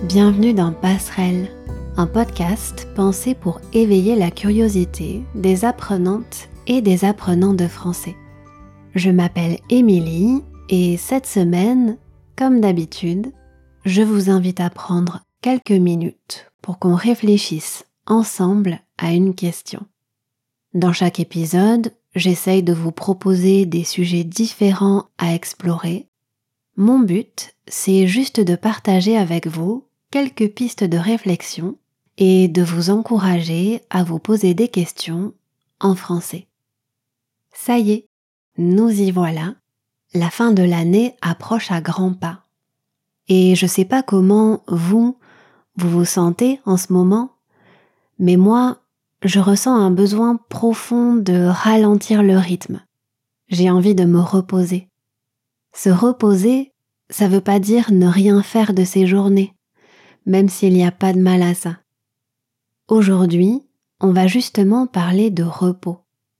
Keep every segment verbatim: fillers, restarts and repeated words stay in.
Bienvenue dans Passerelle, un podcast pensé pour éveiller la curiosité des apprenantes et des apprenants de français. Je m'appelle Émilie et cette semaine, comme d'habitude, je vous invite à prendre quelques minutes pour qu'on réfléchisse ensemble à une question. Dans chaque épisode, j'essaye de vous proposer des sujets différents à explorer. Mon but, c'est juste de partager avec vous quelques pistes de réflexion et de vous encourager à vous poser des questions en français. Ça y est, nous y voilà. La fin de l'année approche à grands pas. Et je sais pas comment vous, vous vous sentez en ce moment, mais moi, je ressens un besoin profond de ralentir le rythme. J'ai envie de me reposer. Se reposer, ça veut pas dire ne rien faire de ses journées, même s'il n'y a pas de mal à ça. Aujourd'hui, on va justement parler de repos.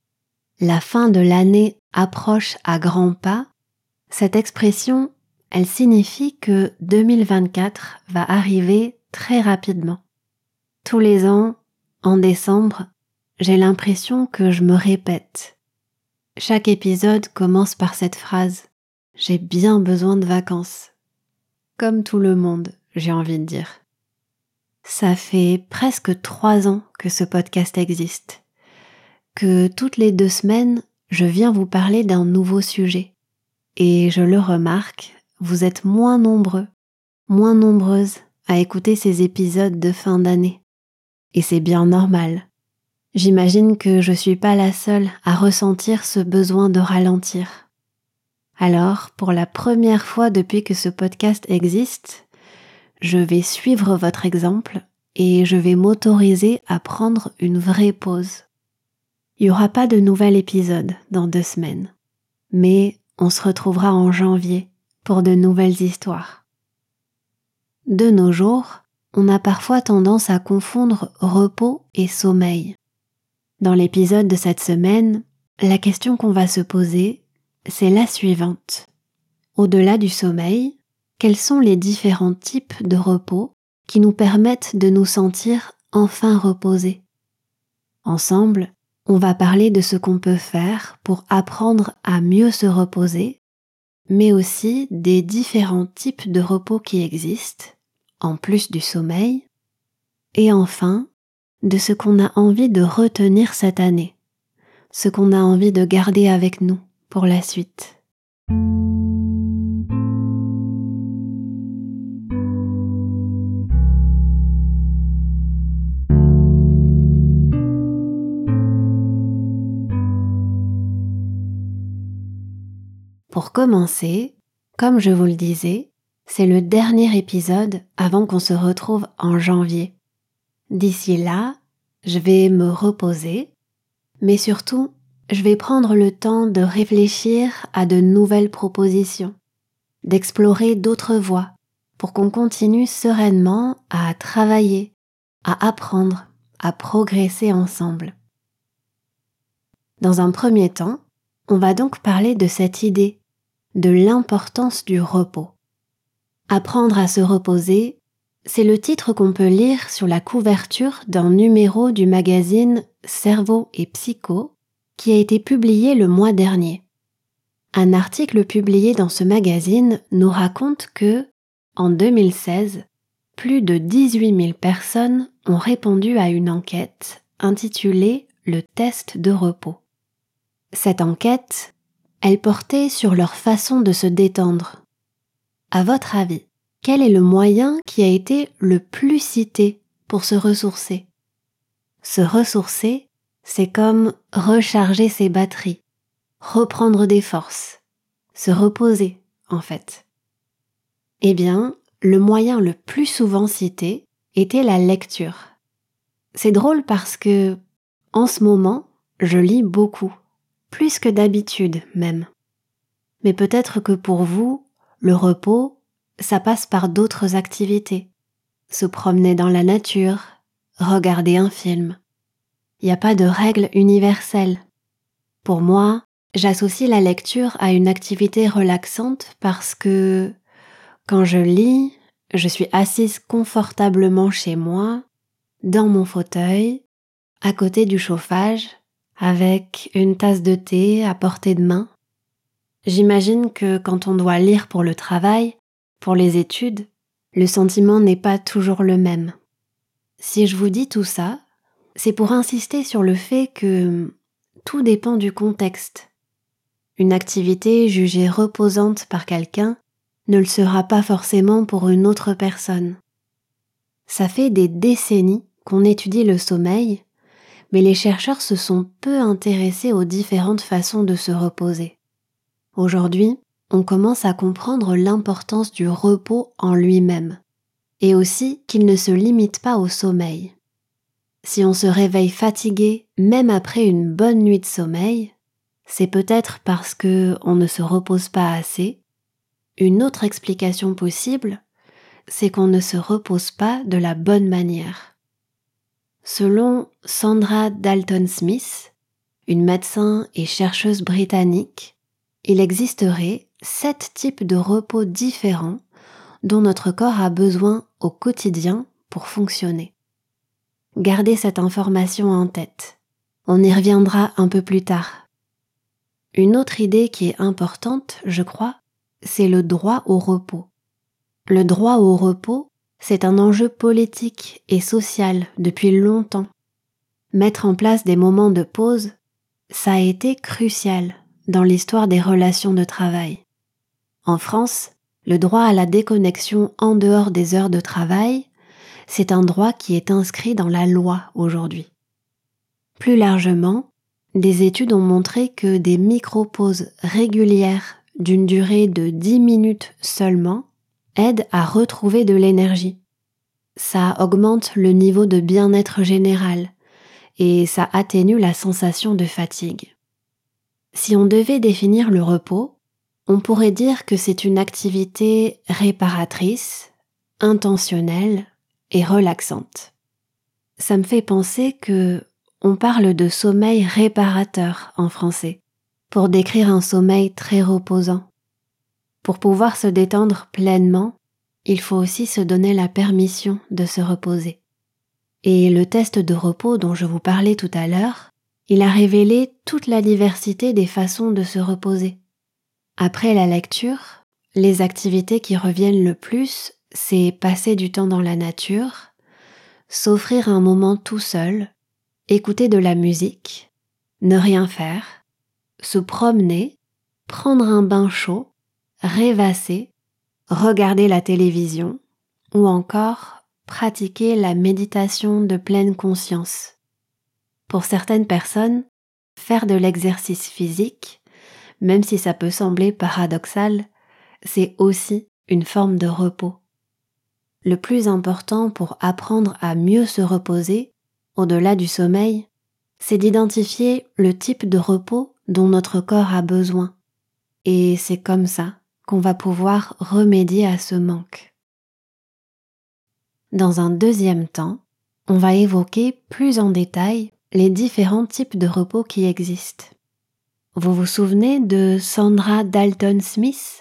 La fin de l'année approche à grands pas. Cette expression, elle signifie que deux mille vingt-quatre va arriver très rapidement. Tous les ans, en décembre, j'ai l'impression que je me répète. Chaque épisode commence par cette phrase « J'ai bien besoin de vacances ». Comme tout le monde, j'ai envie de dire. Ça fait presque trois ans que ce podcast existe, que toutes les deux semaines, je viens vous parler d'un nouveau sujet. Et je le remarque, vous êtes moins nombreux, moins nombreuses à écouter ces épisodes de fin d'année. Et c'est bien normal. J'imagine que je suis pas la seule à ressentir ce besoin de ralentir. Alors, pour la première fois depuis que ce podcast existe, je vais suivre votre exemple et je vais m'autoriser à prendre une vraie pause. Il n'y aura pas de nouvel épisode dans deux semaines, mais on se retrouvera en janvier pour de nouvelles histoires. De nos jours, on a parfois tendance à confondre repos et sommeil. Dans l'épisode de cette semaine, la question qu'on va se poser, c'est la suivante. Au-delà du sommeil, quels sont les différents types de repos qui nous permettent de nous sentir enfin reposés? Ensemble, on va parler de ce qu'on peut faire pour apprendre à mieux se reposer, mais aussi des différents types de repos qui existent, en plus du sommeil, et enfin, de ce qu'on a envie de retenir cette année, ce qu'on a envie de garder avec nous pour la suite. Pour commencer, comme je vous le disais, c'est le dernier épisode avant qu'on se retrouve en janvier. D'ici là, je vais me reposer, mais surtout, je vais prendre le temps de réfléchir à de nouvelles propositions, d'explorer d'autres voies pour qu'on continue sereinement à travailler, à apprendre, à progresser ensemble. Dans un premier temps, on va donc parler de cette idée de l'importance du repos. Apprendre à se reposer, c'est le titre qu'on peut lire sur la couverture d'un numéro du magazine Cerveau et Psycho qui a été publié le mois dernier. Un article publié dans ce magazine nous raconte que, en deux mille seize, plus de dix-huit mille personnes ont répondu à une enquête intitulée « Le test de repos ». Cette enquête, elle portait sur leur façon de se détendre. À votre avis, quel est le moyen qui a été le plus cité pour se ressourcer? Se ressourcer, c'est comme recharger ses batteries, reprendre des forces, se reposer en fait. Eh bien, le moyen le plus souvent cité était la lecture. C'est drôle parce que, en ce moment, je lis beaucoup. Plus que d'habitude même. Mais peut-être que pour vous, le repos, ça passe par d'autres activités. Se promener dans la nature, regarder un film. Il n'y a pas de règle universelle. Pour moi, j'associe la lecture à une activité relaxante parce que quand je lis, je suis assise confortablement chez moi, dans mon fauteuil, à côté du chauffage, avec une tasse de thé à portée de main. J'imagine que quand on doit lire pour le travail, pour les études, le sentiment n'est pas toujours le même. Si je vous dis tout ça, c'est pour insister sur le fait que tout dépend du contexte. Une activité jugée reposante par quelqu'un ne le sera pas forcément pour une autre personne. Ça fait des décennies qu'on étudie le sommeil, mais les chercheurs se sont peu intéressés aux différentes façons de se reposer. Aujourd'hui, on commence à comprendre l'importance du repos en lui-même, et aussi qu'il ne se limite pas au sommeil. Si on se réveille fatigué même après une bonne nuit de sommeil, c'est peut-être parce qu'on ne se repose pas assez. Une autre explication possible, c'est qu'on ne se repose pas de la bonne manière. Selon Sandra Dalton-Smith, une médecin et chercheuse britannique, il existerait sept types de repos différents dont notre corps a besoin au quotidien pour fonctionner. Gardez cette information en tête. On y reviendra un peu plus tard. Une autre idée qui est importante, je crois, c'est le droit au repos. Le droit au repos, c'est un enjeu politique et social depuis longtemps. Mettre en place des moments de pause, ça a été crucial dans l'histoire des relations de travail. En France, le droit à la déconnexion en dehors des heures de travail, c'est un droit qui est inscrit dans la loi aujourd'hui. Plus largement, des études ont montré que des micro-pauses régulières d'une durée de dix minutes seulement aident à retrouver de l'énergie. Ça augmente le niveau de bien-être général et ça atténue la sensation de fatigue. Si on devait définir le repos, on pourrait dire que c'est une activité réparatrice, intentionnelle et relaxante. Ça me fait penser que on parle de sommeil réparateur en français, pour décrire un sommeil très reposant. Pour pouvoir se détendre pleinement, il faut aussi se donner la permission de se reposer. Et le test de repos dont je vous parlais tout à l'heure, il a révélé toute la diversité des façons de se reposer. Après la lecture, les activités qui reviennent le plus, c'est passer du temps dans la nature, s'offrir un moment tout seul, écouter de la musique, ne rien faire, se promener, prendre un bain chaud, rêvasser, regarder la télévision ou encore pratiquer la méditation de pleine conscience. Pour certaines personnes, faire de l'exercice physique, même si ça peut sembler paradoxal, c'est aussi une forme de repos. Le plus important pour apprendre à mieux se reposer, au-delà du sommeil, c'est d'identifier le type de repos dont notre corps a besoin. Et c'est comme ça qu'on va pouvoir remédier à ce manque. Dans un deuxième temps, on va évoquer plus en détail les différents types de repos qui existent. Vous vous souvenez de Sandra Dalton-Smith ?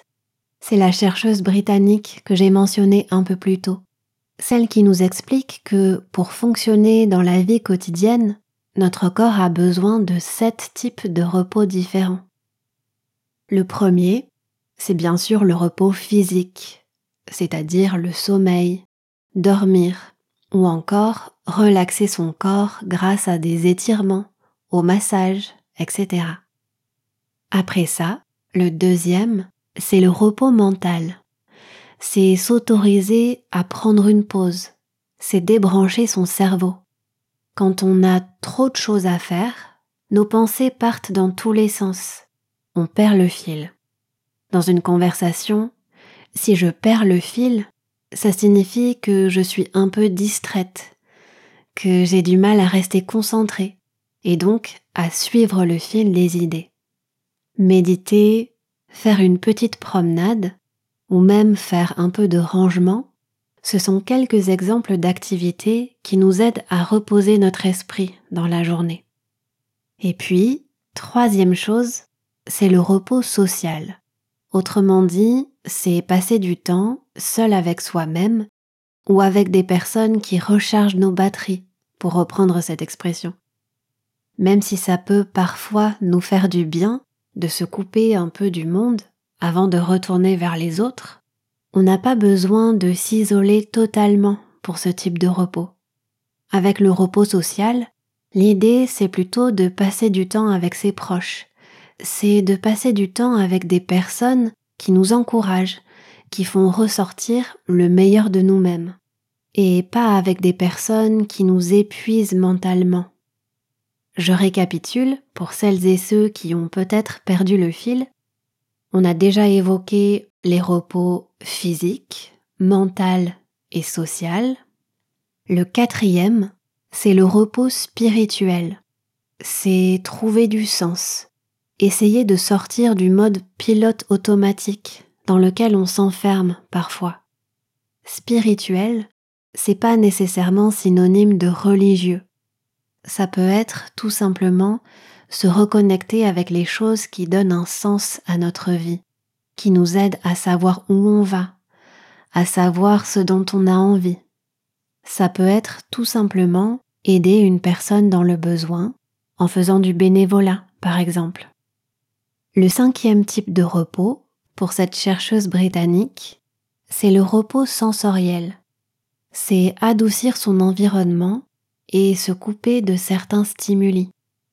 C'est la chercheuse britannique que j'ai mentionnée un peu plus tôt. Celle qui nous explique que pour fonctionner dans la vie quotidienne, notre corps a besoin de sept types de repos différents. Le premier, c'est bien sûr le repos physique, c'est-à-dire le sommeil, dormir ou encore relaxer son corps grâce à des étirements, au massage, et cetera. Après ça, le deuxième, c'est le repos mental. C'est s'autoriser à prendre une pause, c'est débrancher son cerveau. Quand on a trop de choses à faire, nos pensées partent dans tous les sens. On perd le fil. Dans une conversation, si je perds le fil, ça signifie que je suis un peu distraite, que j'ai du mal à rester concentrée et donc à suivre le fil des idées. Méditer, faire une petite promenade ou même faire un peu de rangement, ce sont quelques exemples d'activités qui nous aident à reposer notre esprit dans la journée. Et puis, troisième chose, c'est le repos social. Autrement dit, c'est passer du temps seul avec soi-même ou avec des personnes qui rechargent nos batteries, pour reprendre cette expression. Même si ça peut parfois nous faire du bien de se couper un peu du monde avant de retourner vers les autres, on n'a pas besoin de s'isoler totalement pour ce type de repos. Avec le repos social, l'idée c'est plutôt de passer du temps avec ses proches. C'est de passer du temps avec des personnes qui nous encouragent, qui font ressortir le meilleur de nous-mêmes. Et pas avec des personnes qui nous épuisent mentalement. Je récapitule pour celles et ceux qui ont peut-être perdu le fil. On a déjà évoqué les repos physiques, mental et social. Le quatrième, c'est le repos spirituel. C'est trouver du sens, essayer de sortir du mode pilote automatique dans lequel on s'enferme parfois. Spirituel, c'est pas nécessairement synonyme de religieux. Ça peut être tout simplement se reconnecter avec les choses qui donnent un sens à notre vie, qui nous aident à savoir où on va, à savoir ce dont on a envie. Ça peut être tout simplement aider une personne dans le besoin en faisant du bénévolat, par exemple. Le cinquième type de repos, pour cette chercheuse britannique, c'est le repos sensoriel. C'est adoucir son environnement et se couper de certains stimuli.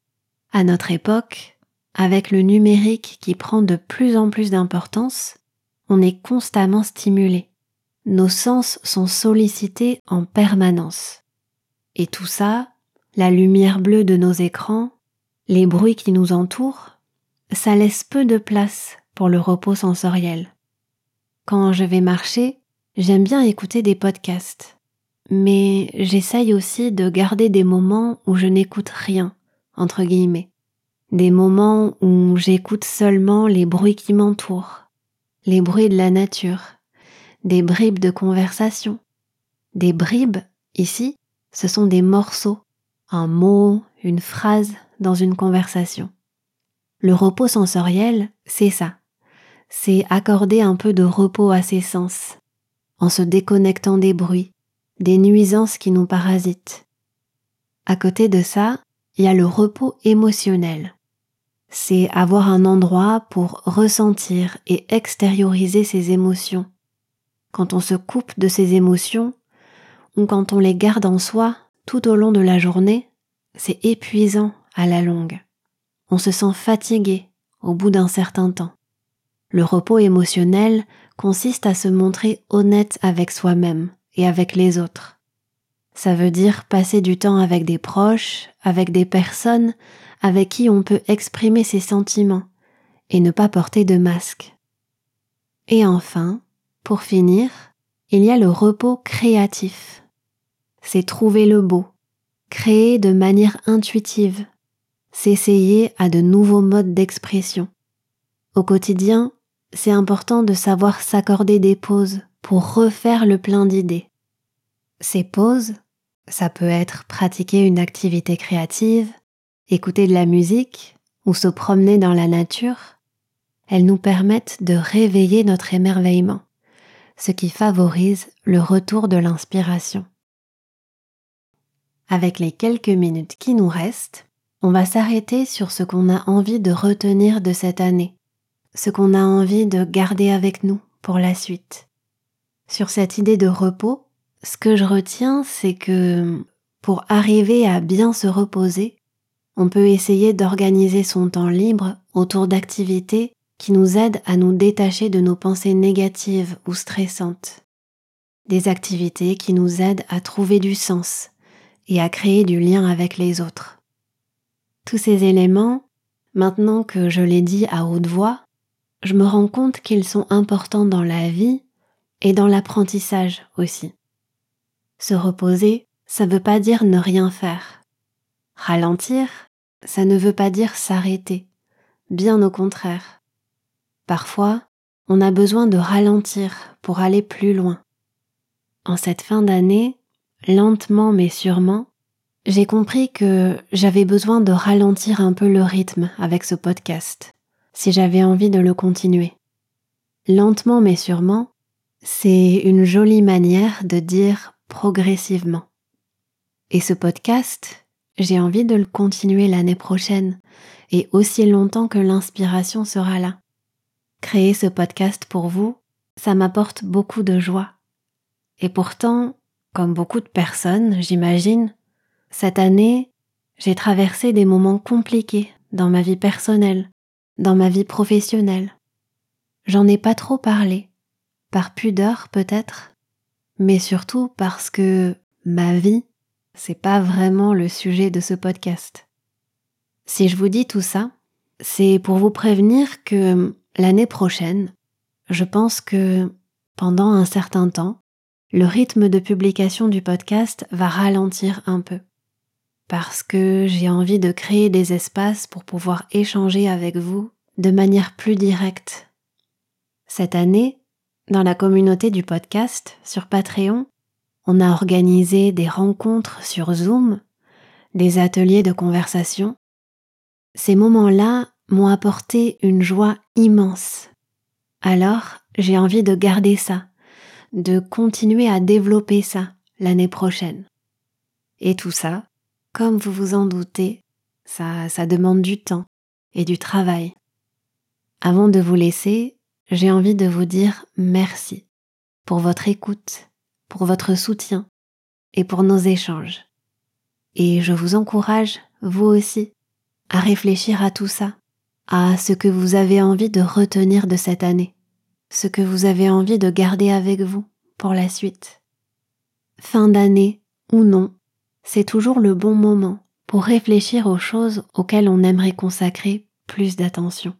À notre époque, avec le numérique qui prend de plus en plus d'importance, on est constamment stimulé. Nos sens sont sollicités en permanence. Et tout ça, la lumière bleue de nos écrans, les bruits qui nous entourent, ça laisse peu de place pour le repos sensoriel. Quand je vais marcher, j'aime bien écouter des podcasts, mais j'essaye aussi de garder des moments où je n'écoute rien, entre guillemets. Des moments où j'écoute seulement les bruits qui m'entourent, les bruits de la nature, des bribes de conversation. Des bribes, ici, ce sont des morceaux, un mot, une phrase dans une conversation. Le repos sensoriel, c'est ça. C'est accorder un peu de repos à ses sens, en se déconnectant des bruits, des nuisances qui nous parasitent. À côté de ça, il y a le repos émotionnel. C'est avoir un endroit pour ressentir et extérioriser ses émotions. Quand on se coupe de ses émotions, ou quand on les garde en soi tout au long de la journée, c'est épuisant à la longue. On se sent fatigué au bout d'un certain temps. Le repos émotionnel consiste à se montrer honnête avec soi-même et avec les autres. Ça veut dire passer du temps avec des proches, avec des personnes avec qui on peut exprimer ses sentiments et ne pas porter de masque. Et enfin, pour finir, il y a le repos créatif. C'est trouver le beau, créer de manière intuitive, s'essayer à de nouveaux modes d'expression. Au quotidien, c'est important de savoir s'accorder des pauses pour refaire le plein d'idées. Ces pauses, ça peut être pratiquer une activité créative, écouter de la musique ou se promener dans la nature. Elles nous permettent de réveiller notre émerveillement, ce qui favorise le retour de l'inspiration. Avec les quelques minutes qui nous restent, on va s'arrêter sur ce qu'on a envie de retenir de cette année, ce qu'on a envie de garder avec nous pour la suite. Sur cette idée de repos, ce que je retiens, c'est que pour arriver à bien se reposer, on peut essayer d'organiser son temps libre autour d'activités qui nous aident à nous détacher de nos pensées négatives ou stressantes. Des activités qui nous aident à trouver du sens et à créer du lien avec les autres. Tous ces éléments, maintenant que je les dis à haute voix, je me rends compte qu'ils sont importants dans la vie et dans l'apprentissage aussi. Se reposer, ça ne veut pas dire ne rien faire. Ralentir, ça ne veut pas dire s'arrêter, bien au contraire. Parfois, on a besoin de ralentir pour aller plus loin. En cette fin d'année, lentement mais sûrement, j'ai compris que j'avais besoin de ralentir un peu le rythme avec ce podcast, si j'avais envie de le continuer. lentement mais sûrement, c'est une jolie manière de dire progressivement. Et ce podcast, j'ai envie de le continuer l'année prochaine et aussi longtemps que l'inspiration sera là. Créer ce podcast pour vous, ça m'apporte beaucoup de joie. Et pourtant, comme beaucoup de personnes, j'imagine, cette année, j'ai traversé des moments compliqués dans ma vie personnelle, dans ma vie professionnelle. J'en ai pas trop parlé, par pudeur peut-être, mais surtout parce que ma vie, c'est pas vraiment le sujet de ce podcast. Si je vous dis tout ça, c'est pour vous prévenir que l'année prochaine, je pense que pendant un certain temps, le rythme de publication du podcast va ralentir un peu. Parce que j'ai envie de créer des espaces pour pouvoir échanger avec vous de manière plus directe. Cette année, dans la communauté du podcast sur Patreon, on a organisé des rencontres sur Zoom, des ateliers de conversation. Ces moments-là m'ont apporté une joie immense. Alors, j'ai envie de garder ça, de continuer à développer ça l'année prochaine. Et tout ça, comme vous vous en doutez, ça, ça demande du temps et du travail. Avant de vous laisser, j'ai envie de vous dire merci pour votre écoute, pour votre soutien et pour nos échanges. Et je vous encourage, vous aussi, à réfléchir à tout ça, à ce que vous avez envie de retenir de cette année, ce que vous avez envie de garder avec vous pour la suite. Fin d'année ou non, c'est toujours le bon moment pour réfléchir aux choses auxquelles on aimerait consacrer plus d'attention.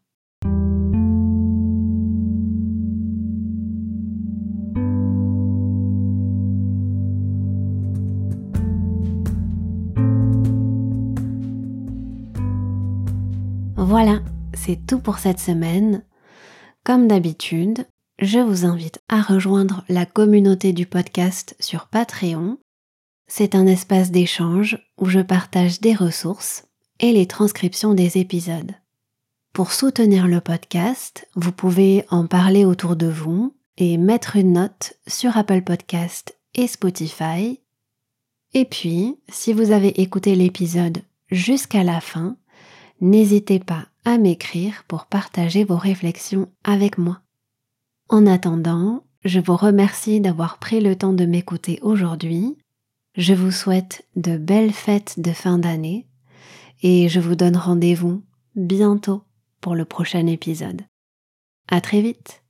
Voilà, c'est tout pour cette semaine. Comme d'habitude, je vous invite à rejoindre la communauté du podcast sur Patreon. C'est un espace d'échange où je partage des ressources et les transcriptions des épisodes. Pour soutenir le podcast, vous pouvez en parler autour de vous et mettre une note sur Apple Podcast et Spotify. Et puis, si vous avez écouté l'épisode jusqu'à la fin, n'hésitez pas à m'écrire pour partager vos réflexions avec moi. En attendant, je vous remercie d'avoir pris le temps de m'écouter aujourd'hui. Je vous souhaite de belles fêtes de fin d'année et je vous donne rendez-vous bientôt pour le prochain épisode. À très vite!